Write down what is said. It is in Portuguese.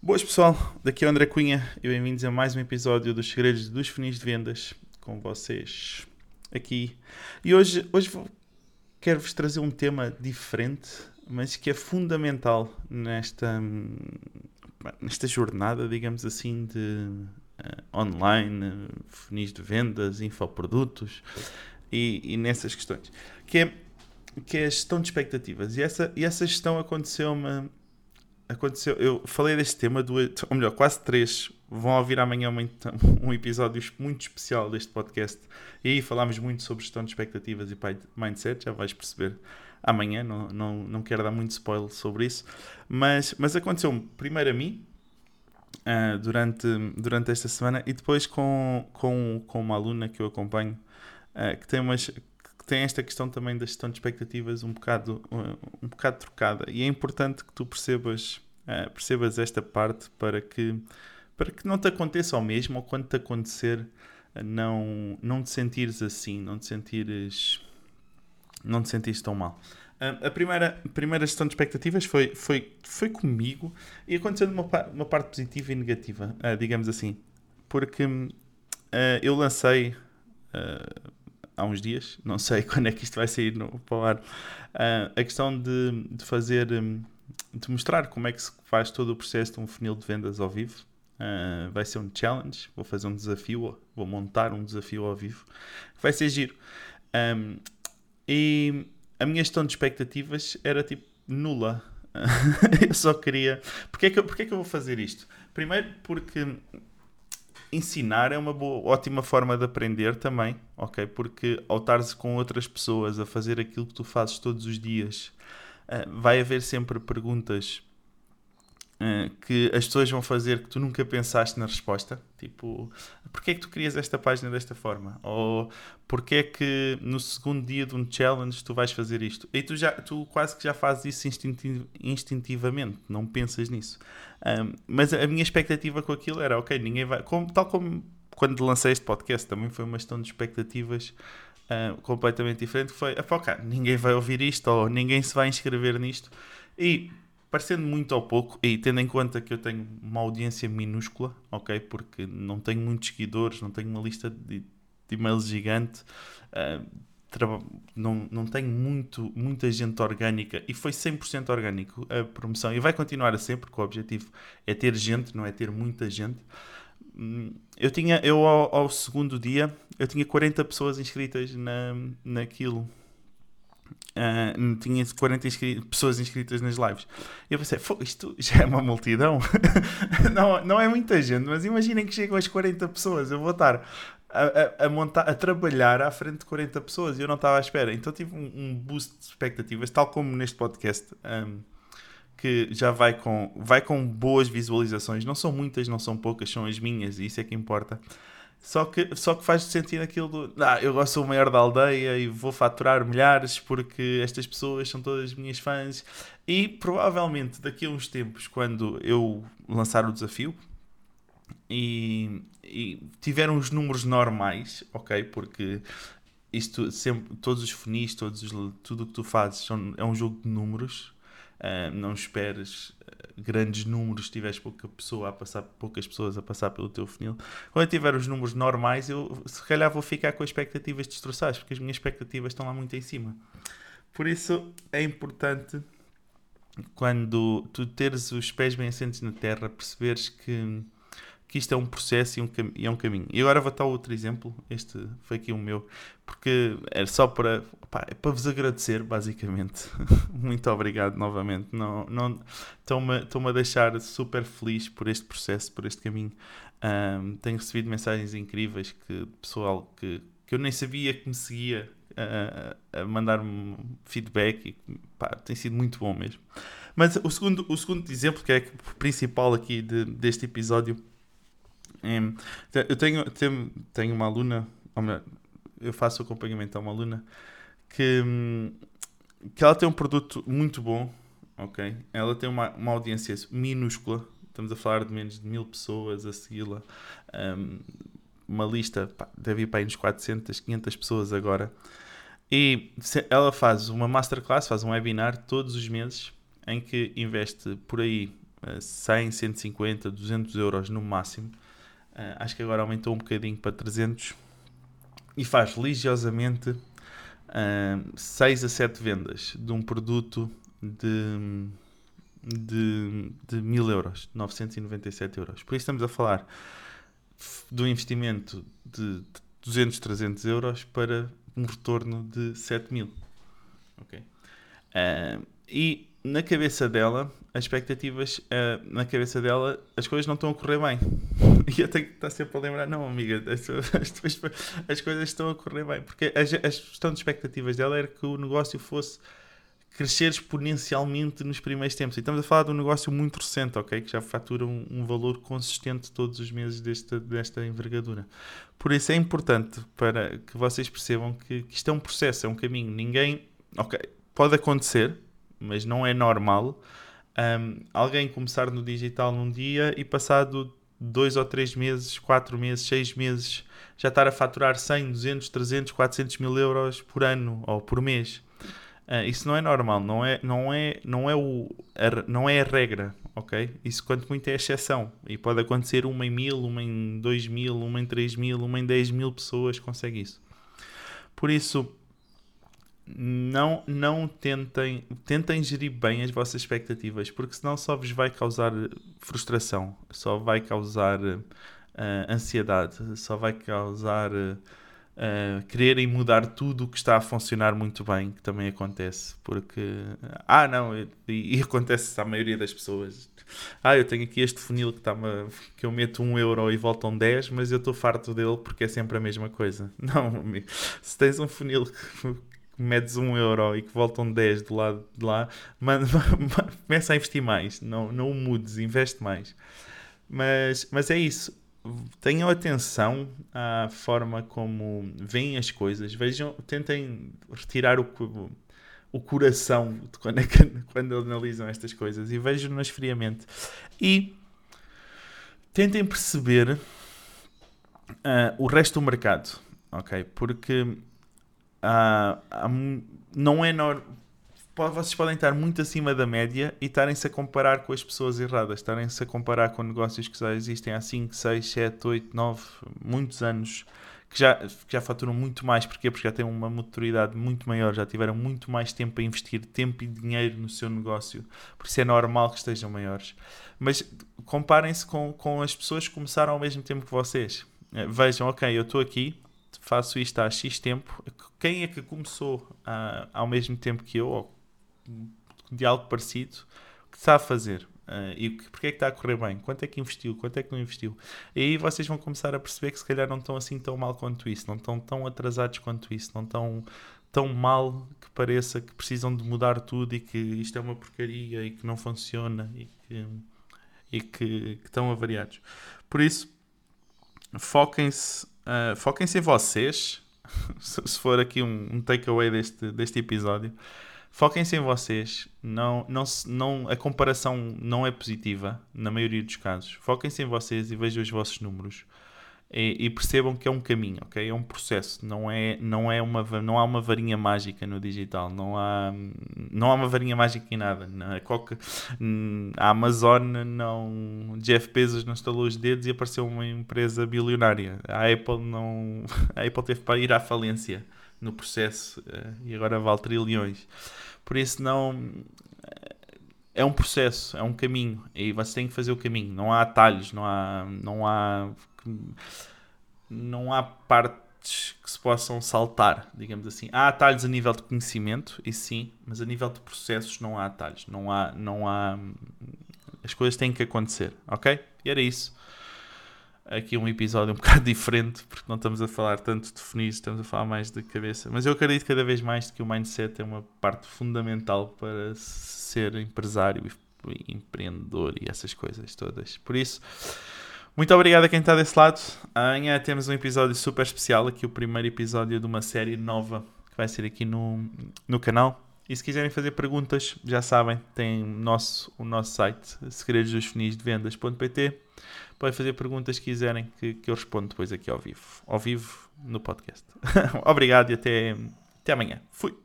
Boas pessoal, daqui é o André Cunha e bem-vindos a mais um episódio dos Segredos dos Funis de Vendas com vocês aqui. E hoje quero-vos trazer um tema diferente, mas que é fundamental nesta jornada, digamos assim, de online, funis de vendas, infoprodutos e nessas questões, que é a gestão de expectativas. E essa gestão aconteceu, eu falei deste tema, ou melhor, quase três. Vão ouvir amanhã um episódio muito especial deste podcast. E aí falámos muito sobre gestão de expectativas e mindset, já vais perceber amanhã. Não quero dar muito spoiler sobre isso. Mas aconteceu primeiro a mim, durante esta semana, e depois com uma aluna que eu acompanho, que tem esta questão também da gestão de expectativas um bocado trocada. E é importante que tu percebas esta parte para que não te aconteça ao mesmo, ou quando te acontecer, não te sentires assim, não te sentires tão mal. A primeira gestão de expectativas foi comigo, e aconteceu de uma parte positiva e negativa, digamos assim, porque eu lancei há uns dias, não sei quando é que isto vai sair para o ar, a questão de fazer, de mostrar como é que se faz todo o processo de um funil de vendas ao vivo. Vai ser um challenge, vou fazer um desafio, vou montar um desafio ao vivo, vai ser giro. E a minha gestão de expectativas era tipo nula. Eu só queria. Porquê é que eu vou fazer isto? Primeiro porque ensinar é uma ótima forma de aprender também, ok? Porque ao estares com outras pessoas a fazer aquilo que tu fazes todos os dias, vai haver sempre perguntas que as pessoas vão fazer que tu nunca pensaste na resposta. Tipo, porquê é que tu crias esta página desta forma? Ou porquê é que no segundo dia de um challenge tu vais fazer isto? E tu quase que já fazes isso instintivamente, não pensas nisso. Mas a minha expectativa com aquilo era, ok, ninguém vai... tal como quando lancei este podcast, também foi uma questão de expectativas completamente diferente. Foi, ok, ninguém vai ouvir isto, ou ninguém se vai inscrever nisto. E parecendo muito ou pouco, e tendo em conta que eu tenho uma audiência minúscula, ok? Porque não tenho muitos seguidores, não tenho uma lista de e-mails gigante, uh, não tenho muita gente orgânica, e foi 100% orgânico a promoção, e vai continuar a ser, porque o objetivo é ter gente, não é ter muita gente. Ao segundo dia, eu tinha 40 pessoas inscritas naquilo. Tinha 40 pessoas inscritas nas lives. E eu pensei, isto já é uma multidão. Não é muita gente, mas imaginem que chegam às 40 pessoas. Eu vou estar a trabalhar à frente de 40 pessoas, e eu não estava à espera. Então tive um boost de expectativas, tal como neste podcast, que já vai com boas visualizações. Não são muitas, não são poucas, são as minhas, e isso é que importa. Só que faz sentido aquilo eu sou o maior da aldeia e vou faturar milhares porque estas pessoas são todas minhas fãs. E provavelmente daqui a uns tempos, quando eu lançar o desafio e tiver uns números normais, ok? Porque isto sempre, todos os funis, tudo o que tu fazes é um jogo de números. Não esperes grandes números se tiveres poucas pessoas a passar pelo teu funil. Quando eu tiver os números normais, eu se calhar vou ficar com expectativas destroçadas, porque as minhas expectativas estão lá muito em cima. Por isso é importante, quando tu teres os pés bem assentes na terra, perceberes que isto é um processo e é um caminho. E agora vou dar outro exemplo. Este foi aqui o meu, porque é só é para vos agradecer, basicamente. Muito obrigado novamente. Estou-me a deixar super feliz por este processo, por este caminho. Tenho recebido mensagens incríveis de pessoal que eu nem sabia que me seguia a mandar-me feedback, e tem sido muito bom mesmo. Mas o segundo exemplo, que é o principal aqui deste episódio, eu tenho uma aluna, ou melhor, eu faço acompanhamento a uma aluna que ela tem um produto muito bom, ok? Ela tem uma audiência minúscula, estamos a falar de menos de 1000 pessoas a segui-la, uma lista, deve ir para aí uns 400, 500 pessoas agora. E ela faz uma masterclass, faz um webinar todos os meses, em que investe por aí 100, 150, 200 euros no máximo. Acho que agora aumentou um bocadinho para 300. E faz religiosamente 6 a 7 vendas de um produto de 1000 euros, 997 euros. Por isso estamos a falar do investimento de 200, 300 euros para um retorno de 7000. Okay? E na cabeça dela, as expectativas, na cabeça dela, as coisas não estão a correr bem. E eu tenho que estar sempre a lembrar, não, amiga, as coisas estão a correr bem. Porque a questão de expectativas dela era que o negócio fosse crescer exponencialmente nos primeiros tempos. E estamos a falar de um negócio muito recente, ok? Que já fatura um valor consistente todos os meses desta envergadura. Por isso é importante para que vocês percebam que isto é um processo, é um caminho. Ninguém... Ok, pode acontecer, mas não é normal alguém começar no digital num dia e passado 2 ou 3 meses, 4 meses, 6 meses, já estar a faturar 100, 200, 300, 400 mil euros por ano ou por mês. Isso não é normal, não é a regra, ok? Isso quanto muito é exceção. E pode acontecer uma em 1000, uma em 2000, uma em 3000, uma em 10.000 pessoas consegue isso. Por isso, não tentem gerir bem as vossas expectativas, porque senão só vos vai causar frustração, só vai causar ansiedade, só vai causar quererem mudar tudo o que está a funcionar muito bem, que também acontece, porque e acontece à maioria das pessoas. Eu tenho aqui este funil que eu meto 1 euro e voltam 10, mas eu estou farto dele porque é sempre a mesma coisa. Não, amigo. Se tens um funil que metes 1 euro e que voltam 10 do lado de lá, começa a investir mais, não o mudes, investe mais. Mas é isso. Tenham atenção à forma como veem as coisas. Tentem retirar o coração de quando analisam estas coisas e vejam-nas friamente. E tentem perceber o resto do mercado, ok? Porque não é normal. Vocês podem estar muito acima da média e estarem-se a comparar com as pessoas erradas, estarem-se a comparar com negócios que já existem há 5, 6, 7, 8, 9, muitos anos, que já faturam muito mais. Porquê? Porque já têm uma maturidade muito maior, já tiveram muito mais tempo a investir tempo e dinheiro no seu negócio, por isso é normal que estejam maiores. Mas comparem-se com as pessoas que começaram ao mesmo tempo que vocês. Vejam, ok, eu estou aqui, faço isto há X tempo, quem é que começou ao mesmo tempo que eu, ou de algo parecido, o que está a fazer e porque é que está a correr bem, quanto é que investiu, quanto é que não investiu, e aí vocês vão começar a perceber que se calhar não estão assim tão mal quanto isso, não estão tão atrasados quanto isso, não estão tão mal que pareça que precisam de mudar tudo e que isto é uma porcaria e que não funciona e que estão avariados. Por isso, foquem-se em vocês. Se for aqui um takeaway deste episódio, foquem-se em vocês. A comparação não é positiva na maioria dos casos. Foquem-se em vocês e vejam os vossos números e percebam que é um caminho, ok? É um processo. Não há uma varinha mágica no digital. Não há uma varinha mágica em nada. A Amazon Jeff Bezos não estalou os dedos e apareceu uma empresa bilionária. A Apple teve para ir à falência no processo e agora vale trilhões. Por isso é um processo, é um caminho e você tem que fazer o caminho. Não há atalhos, não há partes que se possam saltar, digamos assim. Há atalhos a nível de conhecimento, isso sim, mas a nível de processos não há atalhos, não há as coisas têm que acontecer, ok? E era isso. Aqui um episódio um bocado diferente, porque não estamos a falar tanto de funis, estamos a falar mais de cabeça. Mas eu acredito cada vez mais que o mindset é uma parte fundamental para ser empresário e empreendedor e essas coisas todas. Por isso, muito obrigado a quem está desse lado. Amanhã temos um episódio super especial, aqui o primeiro episódio de uma série nova que vai ser aqui no canal. E se quiserem fazer perguntas, já sabem, tem o nosso site, segredosdosfunisdevendas.pt. Podem fazer perguntas que quiserem que eu respondo depois aqui ao vivo no podcast. Obrigado e até amanhã. Fui!